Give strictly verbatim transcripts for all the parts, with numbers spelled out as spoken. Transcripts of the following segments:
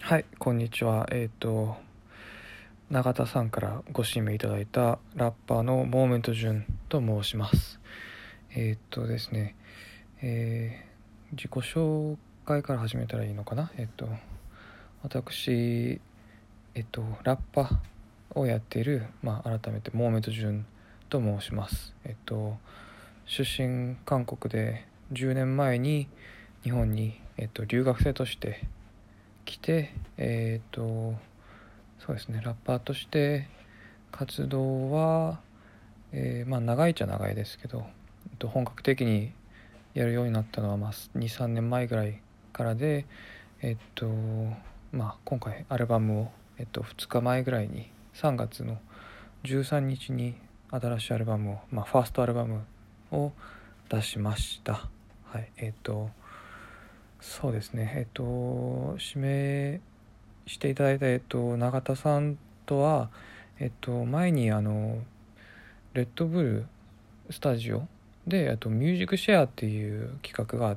はい、こんにちは。えっ、と、永田さんからご指名いただいたラッパーのモーメントジュンと申します。えっ、とですね、えー自己紹介から始めたらいいのかな。えっ、と、私、えっ、と、ラッパーをやっている、まあ、改めてモーメントジュンと申します。えっ、と、出身韓国でじゅうねんまえに日本に、えっ、と、留学生として来て、えっ、と、そうですね、ラッパーとして活動は、えーまあ長いっちゃ長いですけど、えっと、本格的にやるようになったのは、まあ、にさんねんまえぐらいからで、えっとまあ、今回アルバムを、えっと、ふつかまえぐらいにさんがつのじゅうさんにちに新しいアルバムを、まあ、ファーストアルバムを出しました。はい、えっとそうですね、えっと指名していただいた、えっと、永田さんとは、えっと、前にあのレッドブルスタジオであとミュージックシェアっていう企画があって、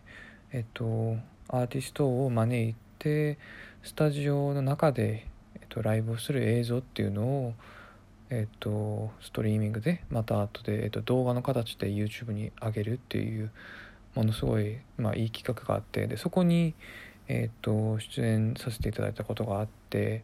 えっと、アーティストを招いてスタジオの中で、えっと、ライブをする映像っていうのを、えっと、ストリーミングでまた後で、えっと、動画の形で YouTube に上げるっていうものすごい、まあ、いい企画があって、でそこに、えっと、出演させていただいたことがあって、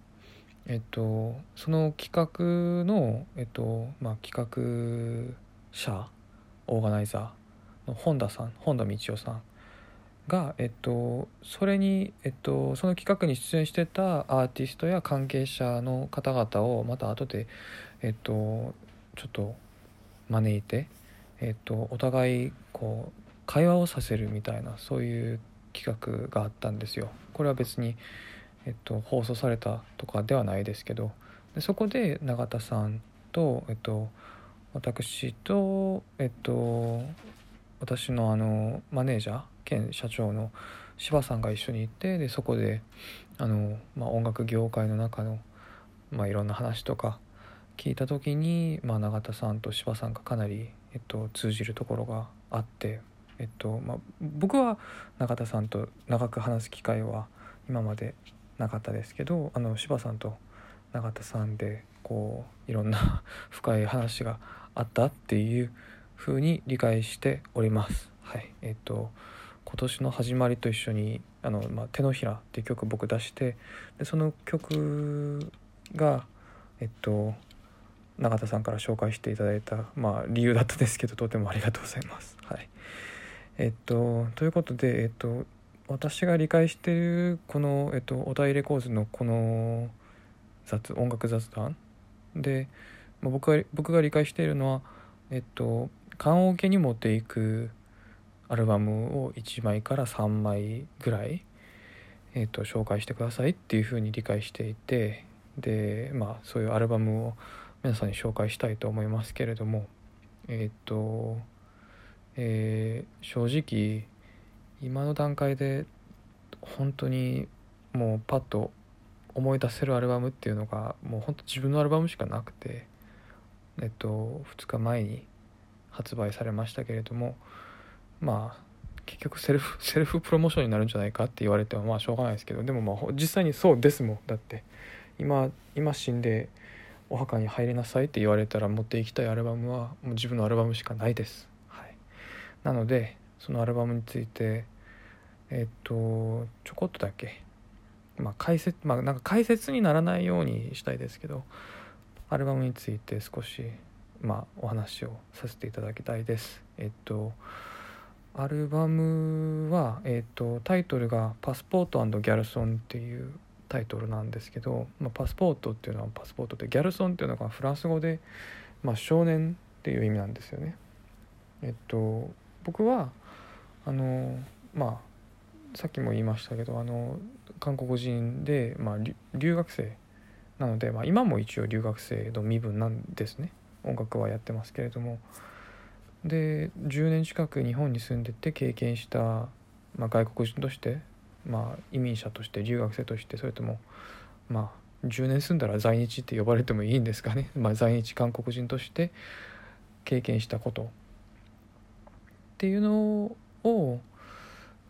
えっと、その企画の、えっとまあ、企画者オーガナイザーの本田さん本田道夫さんが、えっと、それに、えっと、その企画に出演してたアーティストや関係者の方々をまた後で、えっと、ちょっと招いて、えっと、お互いこう会話をさせるみたいなそういう企画があったんですよ。これは別に、えっと、放送されたとかではないですけど、でそこで永田さんと、えっと、私と、えっと、私のあのマネージャー兼社長の柴さんが一緒に行って、でそこであの、まあ、音楽業界の中の、まあ、いろんな話とか聞いた時に、まあ、永田さんと柴さんがかなり、えっと、通じるところがあって、えっとまあ、僕は永田さんと長く話す機会は今までなかったですけど、あの柴さんと永田さんでこういろんな深い話があったっていう風に理解しております。はい、えっと今年の始まりと一緒にあの、まあ、手のひらっていう曲僕出して、でその曲がえっと永田さんから紹介していただいた、まあ、理由だったんですけど、とてもありがとうございます。はい、えっとということで、えっと私が理解しているこの、えっと、お題レコーズのこの雑音楽雑談で、まあ、僕が僕が理解しているのは、えっと棺桶に持っていくアルバムをいちまいからさんまいぐらい、えっと紹介してくださいっていうふうに理解していて、でまあそういうアルバムを皆さんに紹介したいと思いますけれども、えっと、えー正直今の段階で本当にもうパッと思い出せるアルバムっていうのがもう本当自分のアルバムしかなくて、えっとふつかまえに発売されましたけれども、まあ結局セルフセルフプロモーションになるんじゃないかって言われてもまあしょうがないですけど、でもまあ実際にそうですもん。だって今今死んでお墓に入りなさいって言われたら持っていきたいアルバムはもう自分のアルバムしかないです。はい、なのでそのアルバムについてえっとちょこっとだけ、まあ解説まあなんか解説にならないようにしたいですけど、アルバムについて少しまあお話をさせていただきたいです。えっとアルバムは、えっとタイトルがパスポート&ギャルソンっていうタイトルなんですけど、まあ、パスポートっていうのはパスポートで、ギャルソンっていうのがフランス語で、まあ、少年っていう意味なんですよね。えっと僕はあのまあさっきも言いましたけど、あの韓国人で、まあ、留学生なので、まあ、今も一応留学生の身分なんですね。音楽はやってますけれども、でじゅうねん近く日本に住んでて経験した、まあ、外国人として、まあ、移民者として留学生として、それともまあじゅうねん住んだら在日って呼ばれてもいいんですかね、まあ、在日韓国人として経験したことっていうのを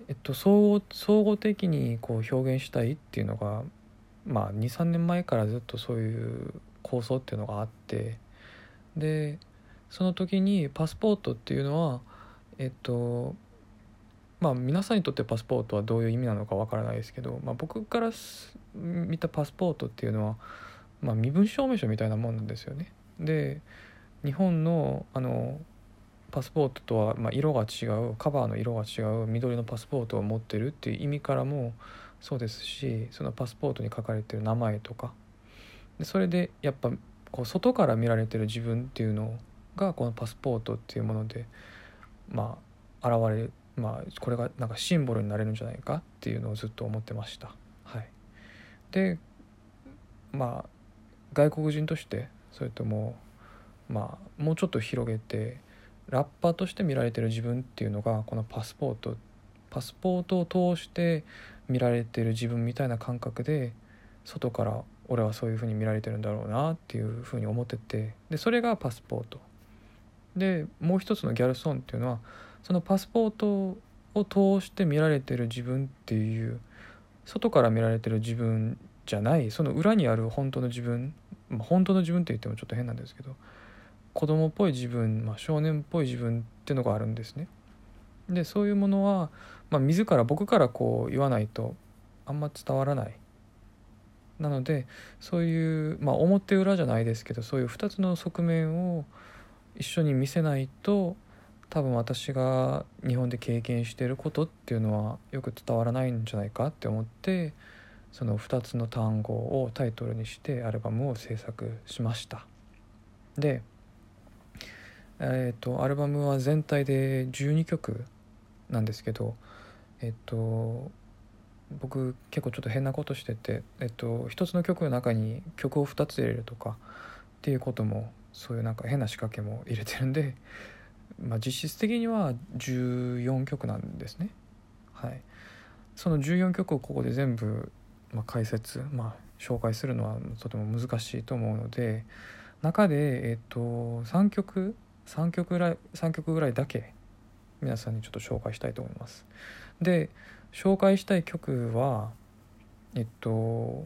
えっと、総合総合的にこう表現したいっていうのが、まあ、にさんねんまえからずっとそういう構想っていうのがあって、でその時にパスポートっていうのはえっとまあ皆さんにとってパスポートはどういう意味なのかわからないですけど、まあ、僕から見たパスポートっていうのは、まあ、身分証明書みたいなもんなんですよね。で日本のあのパスポートとは、まあ、色が違う、カバーの色が違う緑のパスポートを持ってるっていう意味からもそうですし、そのパスポートに書かれてる名前とかで、それでやっぱこう外から見られてる自分っていうのがこのパスポートっていうものでまあ現れる、まあこれがなんかシンボルになれるんじゃないかっていうのをずっと思ってました。はい。でまあ外国人としてそれともまあもうちょっと広げてラッパーとして見られてる自分っていうのがこのパスポートパスポートを通して見られてる自分みたいな感覚で外から俺はそういう風に見られてるんだろうなっていう風に思ってて、でそれがパスポートで、もう一つのギャルソンっていうのはそのパスポートを通して見られてる自分っていう外から見られてる自分じゃないその裏にある本当の自分、まあ、本当の自分って言ってもちょっと変なんですけど子供っぽい自分、まあ、少年っぽい自分っていうのがあるんですね。でそういうものは、まあ、自ら僕からこう言わないとあんま伝わらない。なのでそういう、まあ、表裏じゃないですけどそういうふたつの側面を一緒に見せないと多分私が日本で経験していることっていうのはよく伝わらないんじゃないかって思って、そのふたつの単語をタイトルにしてアルバムを制作しました。でえっとアルバムは全体でじゅうにきょくなんですけど、えっと僕結構ちょっと変なことしてて、えっと一つの曲の中に曲をふたつ入れるとかっていうこともそういうなんか変な仕掛けも入れてるんで、まあ、実質的にはじゅうよんきょくなんですね。はい。そのじゅうよんきょくをここで全部、まあ、解説、まあ、紹介するのはとても難しいと思うので、中で、えっと、さんきょくさんきょくぐらいさんきょくぐらいだけ皆さんにちょっと紹介したいと思います。で紹介したい曲はえっと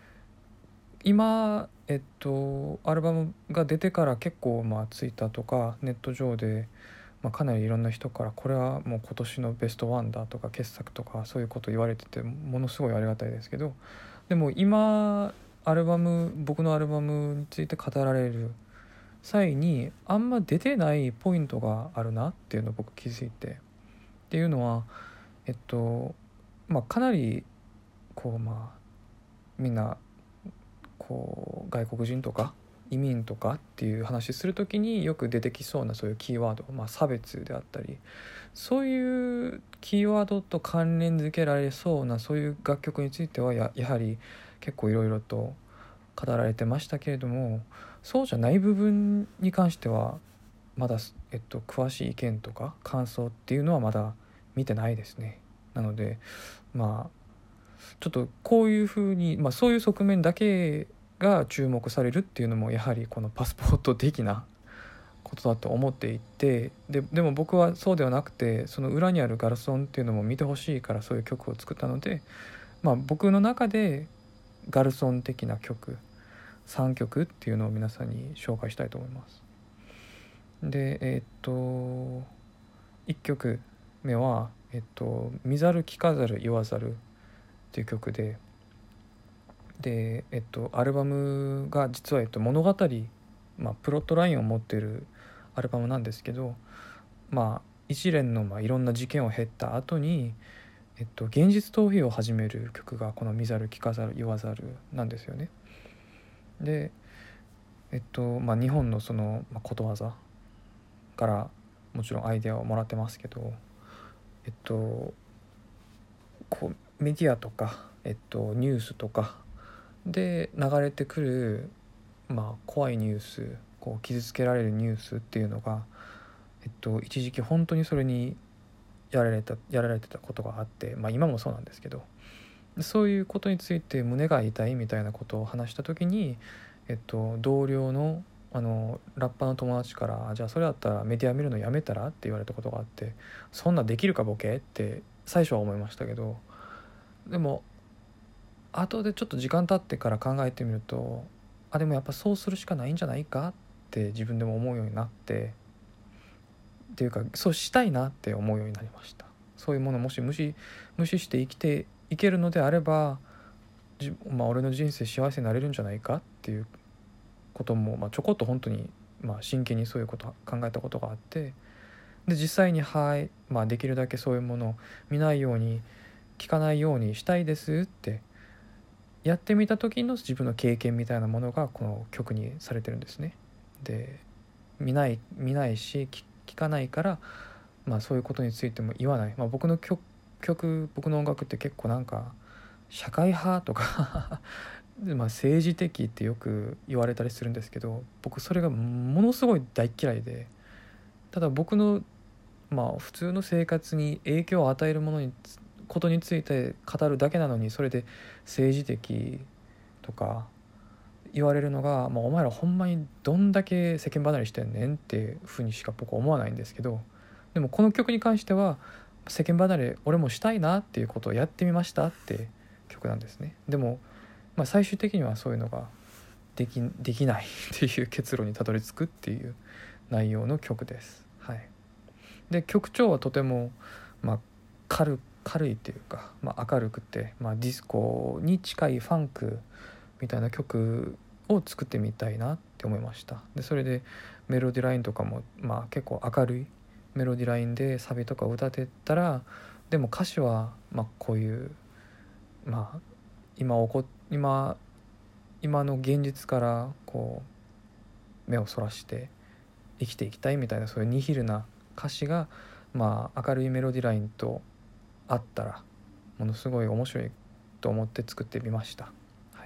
今えっとアルバムが出てから結構まあツイッターとかネット上で、まあ、かなりいろんな人からこれはもう今年のベストワンだとか傑作とかそういうこと言われててものすごいありがたいですけど、でも今アルバム僕のアルバムについて語られる際にあんま出てないポイントがあるなっていうのを僕気づいて、っていうのはえっとまあかなりこうまあみんなこう外国人とか移民とかっていう話するときによく出てきそうなそういうキーワード、まあ、差別であったりそういうキーワードと関連づけられそうなそういう楽曲については や, やはり結構いろいろと語られてましたけれども、そうじゃない部分に関してはまだ、えっと、詳しい意見とか感想っていうのはまだ見てないですね。なのでまあちょっとこういうふうに、まあ、そういう側面だけが注目されるっていうのもやはりこのパスポート的なことだと思っていて、で, でも僕はそうではなくてその裏にあるガルソンっていうのも見てほしいからそういう曲を作ったので、まあ、僕の中でガルソン的な曲さんきょくっていうのを皆さんに紹介したいと思います。でえーっといっきょくめはえっと見ざる聞かざる言わざるっていう曲で、でえっとアルバムが実は、えっと、物語、まあ、プロットラインを持っているアルバムなんですけど、まあ一連の、まあ、いろんな事件を経った後に、えっと、現実逃避を始める曲がこの見ざる聞かざる言わざるなんですよね。でえっとまあ日本のその、まあ、ことわざからもちろんアイデアをもらってますけど、えっとこうメディアとか、えっと、ニュースとかで流れてくる、まあ、怖いニュースこう傷つけられるニュースっていうのが、えっと、一時期本当にそれにやられたやられてたことがあって、まあ、今もそうなんですけど、そういうことについて胸が痛いみたいなことを話した時に、えっと、同僚のあのラッパーの友達からじゃあそれだったらメディア見るのやめたらって言われたことがあって、そんなできるかボケって最初は思いましたけど、でも後でちょっと時間経ってから考えてみると、あでもやっぱそうするしかないんじゃないかって自分でも思うようになって、っていうかそうしたいなって思うようになりました。そういうものもし無視無視して生きていけるのであれば、じまあ、俺の人生幸せになれるんじゃないかっていうことも、まあ、ちょこっと本当に、まあ、真剣にそういうこと考えたことがあって、で実際にはい、まあ、できるだけそういうものを見ないように聞かないようにしたいですってやってみた時の自分の経験みたいなものがこの曲にされてるんですね。で見ない見ないし 聞, 聞かないから、まあ、そういうことについても言わない、まあ、僕の 曲, 曲僕の音楽って結構なんか社会派とかまあ政治的ってよく言われたりするんですけど、僕それがものすごい大嫌いで、ただ僕のまあ普通の生活に影響を与えるものにことについて語るだけなのに、それで政治的とか言われるのが、まあ、お前らほんまにどんだけ世間離れしてんねんっていうふうにしか僕は思わないんですけど、でもこの曲に関しては世間離れ俺もしたいなっていうことをやってみましたって曲なんですね。でも、まあ、最終的にはそういうのができ、できないっていう結論にたどり着くっていう内容の曲です。はい、で曲調はとても、まあ、軽軽いっていうか、まあ、明るくて、まあ、ディスコに近いファンクみたいな曲を作ってみたいなって思いました。でそれでメロディラインとかも、まあ、結構明るいメロディラインでサビとか歌ってったら、でも歌詞はまあこういう、まあ、今起こ今今の現実からこう目をそらして生きていきたいみたいな、そういうニヒルな歌詞が、まあ、明るいメロディラインとあったらものすごい面白いと思って作ってみました。はい、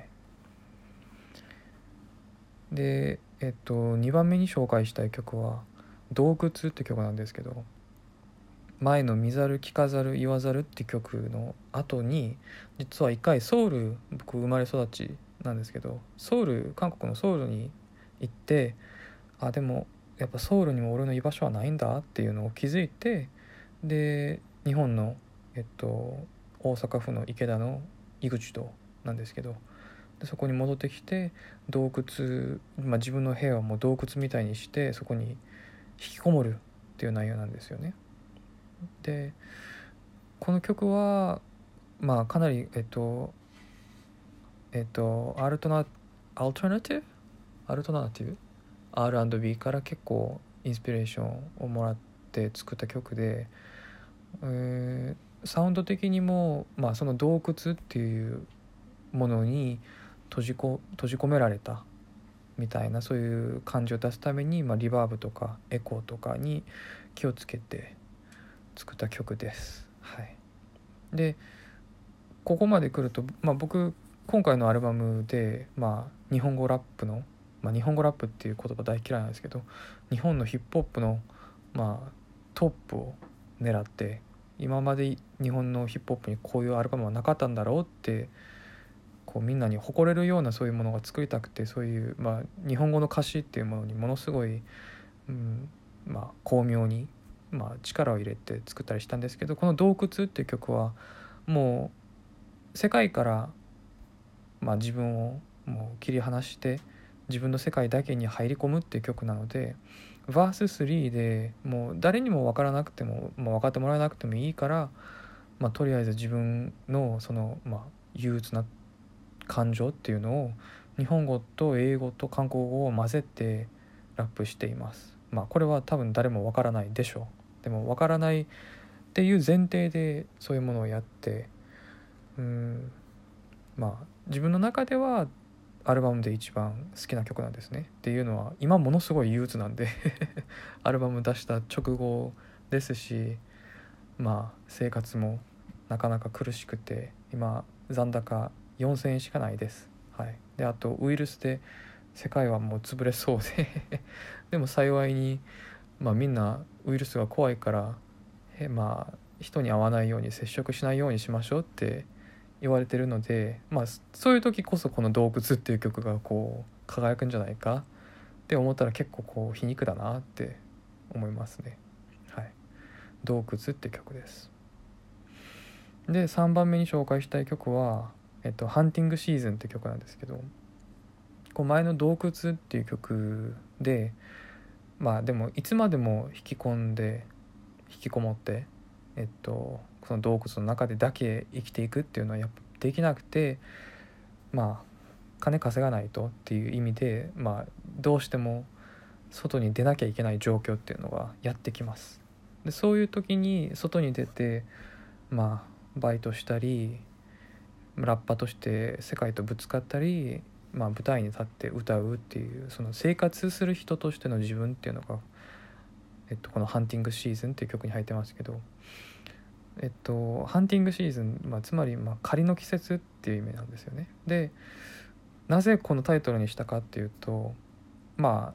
でえっとにばんめに紹介したい曲は洞窟って曲なんですけど、前の見ざる聞かざる言わざるって曲の後に、実は一回ソウル、僕生まれ育ちなんですけど、ソウル韓国のソウルに行って、あでもやっぱソウルにも俺の居場所はないんだっていうのを気づいて、で日本のえっと大阪府の池田の井口堂なんですけど、でそこに戻ってきて洞窟、まあ、自分の部屋をもう洞窟みたいにしてそこに引きこもるっていう内容なんですよね。でこの曲はまあかなりえっとえっとアルトナアルタナティブアルトナティブ アールアンドビー から結構インスピレーションをもらって作った曲で、えー、サウンド的にも、まあ、その洞窟っていうものに閉じこ閉じ込められたみたいな、そういう感じを出すために、まあ、リバーブとかエコーとかに気をつけて作った曲です。はい、でここまで来ると、まあ、僕今回のアルバムで、まあ、日本語ラップの、まあ、日本語ラップっていう言葉大嫌いなんですけど、日本のヒップホップの、まあ、トップを狙って、今まで日本のヒップホップにこういうアルバムはなかったんだろうってこうみんなに誇れるようなそういうものが作りたくて、そういう、まあ、日本語の歌詞っていうものにものすごい、うんまあ、巧妙に、まあ、力を入れて作ったりしたんですけど、この「洞窟」っていう曲はもう世界から、まあ、自分をもう切り離して自分の世界だけに入り込むっていう曲なので、バーススリーでもう誰にも分からなくても、まあ、分かってもらえなくてもいいから、まあ、とりあえず自分のその、まあ、憂鬱な感情っていうのを日本語と英語と韓国語を混ぜてラップしています。まあこれは多分誰も分からないでしょう。でも分からないっていう前提でそういうものをやって、うーんまあ自分の中ではアルバムで一番好きな曲なんですね。っていうのは今ものすごい憂鬱なんでアルバム出した直後ですし、まあ生活もなかなか苦しくて今残高よんせんえんしかないです。はい、であとウイルスで世界はもう潰れそうででも幸いに、まあ、みんなウイルスが怖いからえまあ人に会わないように接触しないようにしましょうって言われてるので、まあそういう時こそこの「洞窟」っていう曲がこう輝くんじゃないかって思ったら結構こう皮肉だなって思いますね。はい、洞窟って曲です。 でさんばんめに紹介したい曲は、えっと、ハンティングシーズンって曲なんですけど、こう前の洞窟っていう曲で、まあでもいつまでも引き込んで引きこもって、えっと、その洞窟の中でだけ生きていくっていうのはやっぱできなくて、まあ金稼がないとっていう意味で、まあどうしても外に出なきゃいけない状況っていうのがやってきます。でそういう時に外に出て、まあバイトしたりラッパーとして世界とぶつかったり、まあ、舞台に立って歌うっていう、その生活する人としての自分っていうのが、えっと、この「ハンティングシーズン」っていう曲に入ってますけど、えっと、ハンティングシーズン、まあ、つまりまあ仮の季節っていう意味なんですよね。でなぜこのタイトルにしたかっていうと、まあ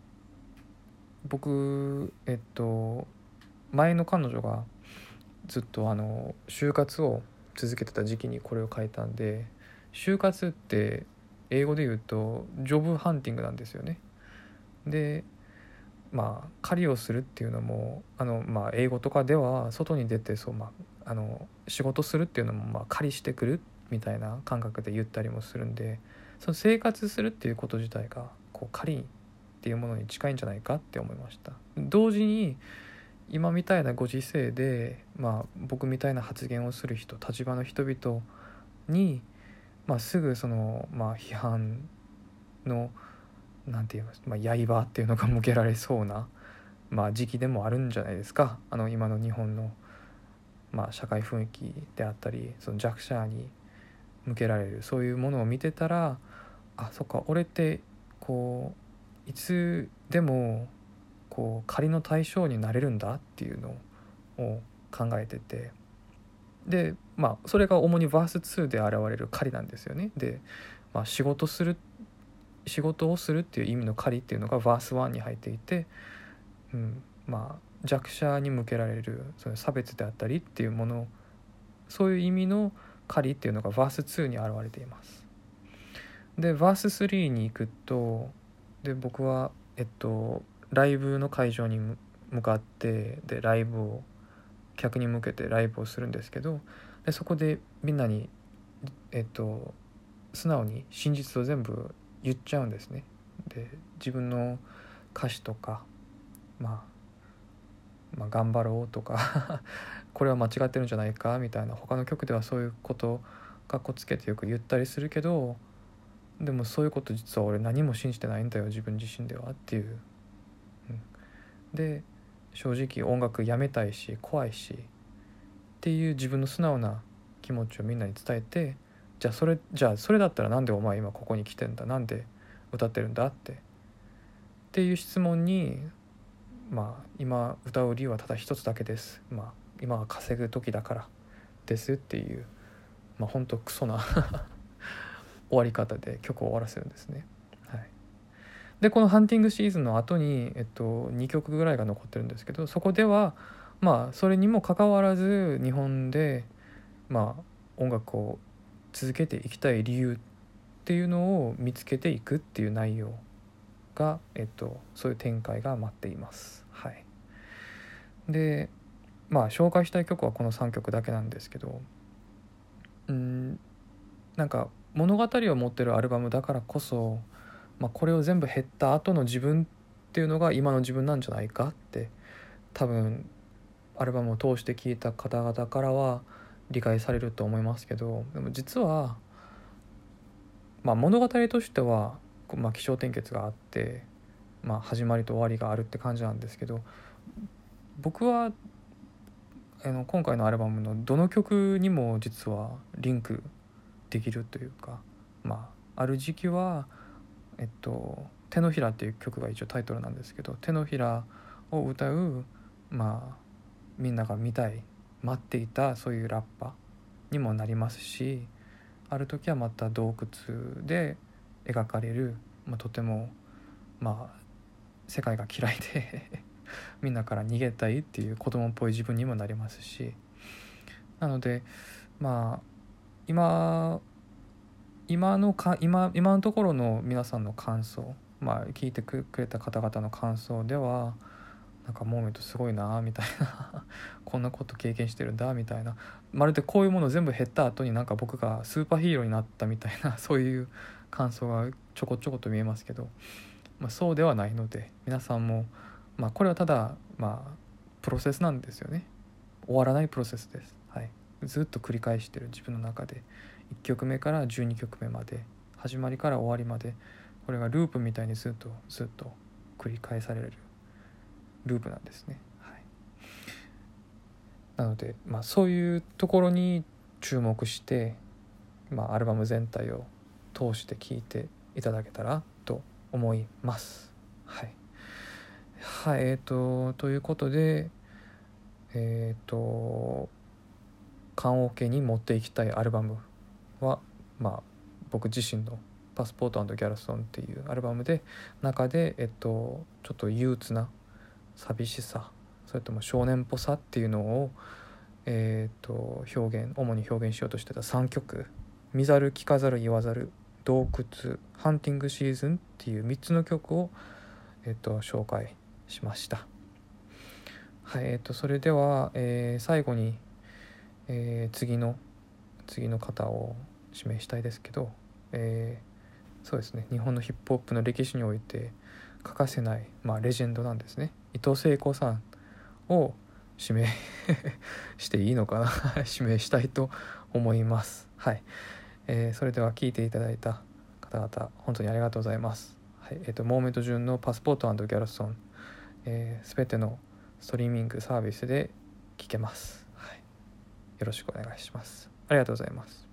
僕えっと前の彼女がずっとあの就活を続けてた時期にこれを書いたんで、就活って英語で言うとジョブハンティングなんですよね。でまあ狩りをするっていうのもあの、まあ、英語とかでは外に出てそう、まあ、あの仕事するっていうのも、まあ、狩りしてくるみたいな感覚で言ったりもするんで、その生活するっていうこと自体がこう狩りっていうものに近いんじゃないかって思いました。同時に今みたいなご時世で、まあ、僕みたいな発言をする人、立場の人々に、まあ、すぐその、まあ、批判のなんて言います、まあ、刃っていうのが向けられそうな、まあ、時期でもあるんじゃないですか。あの今の日本の、まあ、社会雰囲気であったり、その弱者に向けられるそういうものを見てたら、あ、そっか、俺ってこういつでもこう仮の対象になれるんだっていうのを考えてて、でまあそれが主にバースツーで現れる狩りなんですよね。で、まあ、仕事する仕事をするっていう意味の狩りっていうのがバースワンに入っていて、うん、まあ弱者に向けられるその差別であったりっていうもの、そういう意味の狩りっていうのがバースツーに現れています。でバーススリーに行くと、で僕はえっとライブの会場に向かって、でライブを客に向けてライブをするんですけど、でそこでみんなにえっと素直に真実を全部言っちゃうんですね。で自分の歌詞とか、まあ、まあ頑張ろうとかこれは間違ってるんじゃないかみたいな、他の曲ではそういうことかっこつけてよく言ったりするけど、でもそういうこと実は俺何も信じてないんだよ自分自身ではっていう、うん、で正直音楽やめたいし怖いしっていう自分の素直な気持ちをみんなに伝えて、じゃあそれじゃあそれだったらなんでお前今ここに来てんだ、なんで歌ってるんだってっていう質問に、まあ今歌う理由はただ一つだけです、まあ今は稼ぐ時だからですっていう、まあほんとクソな終わり方で曲を終わらせるんですね。はい、でこのハンティングシーズンの後に、えっと、にきょくぐらいが残ってるんですけど、そこではまあそれにもかかわらず日本でまあ音楽を続けていきたい理由っていうのを見つけていくっていう内容が、えっと、そういう展開が待っています。はい、でまあ紹介したい曲はこのさんきょくだけなんですけど、うーんなんか物語を持ってるアルバムだからこそ、まあ、これを全部減った後の自分っていうのが今の自分なんじゃないかって多分アルバムを通して聴いた方々からは理解されると思いますけど、でも実は、まあ、物語としては、まあ、起承転結があって、まあ、始まりと終わりがあるって感じなんですけど、僕はあの今回のアルバムのどの曲にも実はリンクできるというか、まあ、ある時期は、えっと「手のひら」っていう曲が一応タイトルなんですけど、手のひらを歌う、まあみんなが見たい待っていたそういうラッパにもなりますし、ある時はまた洞窟で描かれる、まあ、とてもまあ世界が嫌いでみんなから逃げたいっていう子供っぽい自分にもなりますし、なのでまあ今今のか今今のところの皆さんの感想、まあ聞いてくれた方々の感想では、 なんかモーメントすごいなみたいなこんなこと経験してるんだみたいな、まるでこういうもの全部減った後になんか僕がスーパーヒーローになったみたいなそういう感想がちょこちょこと見えますけど、まあ、そうではないので、皆さんも、まあ、これはただまあプロセスなんですよね。終わらないプロセスです、はい、ずっと繰り返してる自分の中で、いっきょくめからじゅうにきょくめまで、始まりから終わりまで、これがループみたいにずっとずっと繰り返されるループなんですね、はい、なので、まあ、そういうところに注目して、まあ、アルバム全体を通して聴いていただけたらと思います。はい、はい、えーとということで、えーと棺桶に持っていきたいアルバムは、まあ、僕自身のパスポート&ギャルソンっていうアルバムで、中で、えっと、ちょっと憂鬱な寂しさ、それとも少年っぽさっていうのを、えー、と表現主に表現しようとしてたさんきょく、見ざる聞かざる言わざる、洞窟、ハンティングシーズンっていうみっつの曲を、えー、と紹介しました。はい、えー、とそれでは、えー最後に、えー次の次の方を指名したいですけど、えーそうですね、日本のヒップホップの歴史において欠かせない、まあ、レジェンドなんですね。伊藤聖子さんを指名していいのかな指名したいと思います。はい、えーそれでは聞いていただいた方々本当にありがとうございます。はい、えーとモーメント順のパスポート&ギャルソン、えー、全てのストリーミングサービスで聞けます。はい、よろしくお願いします。ありがとうございます。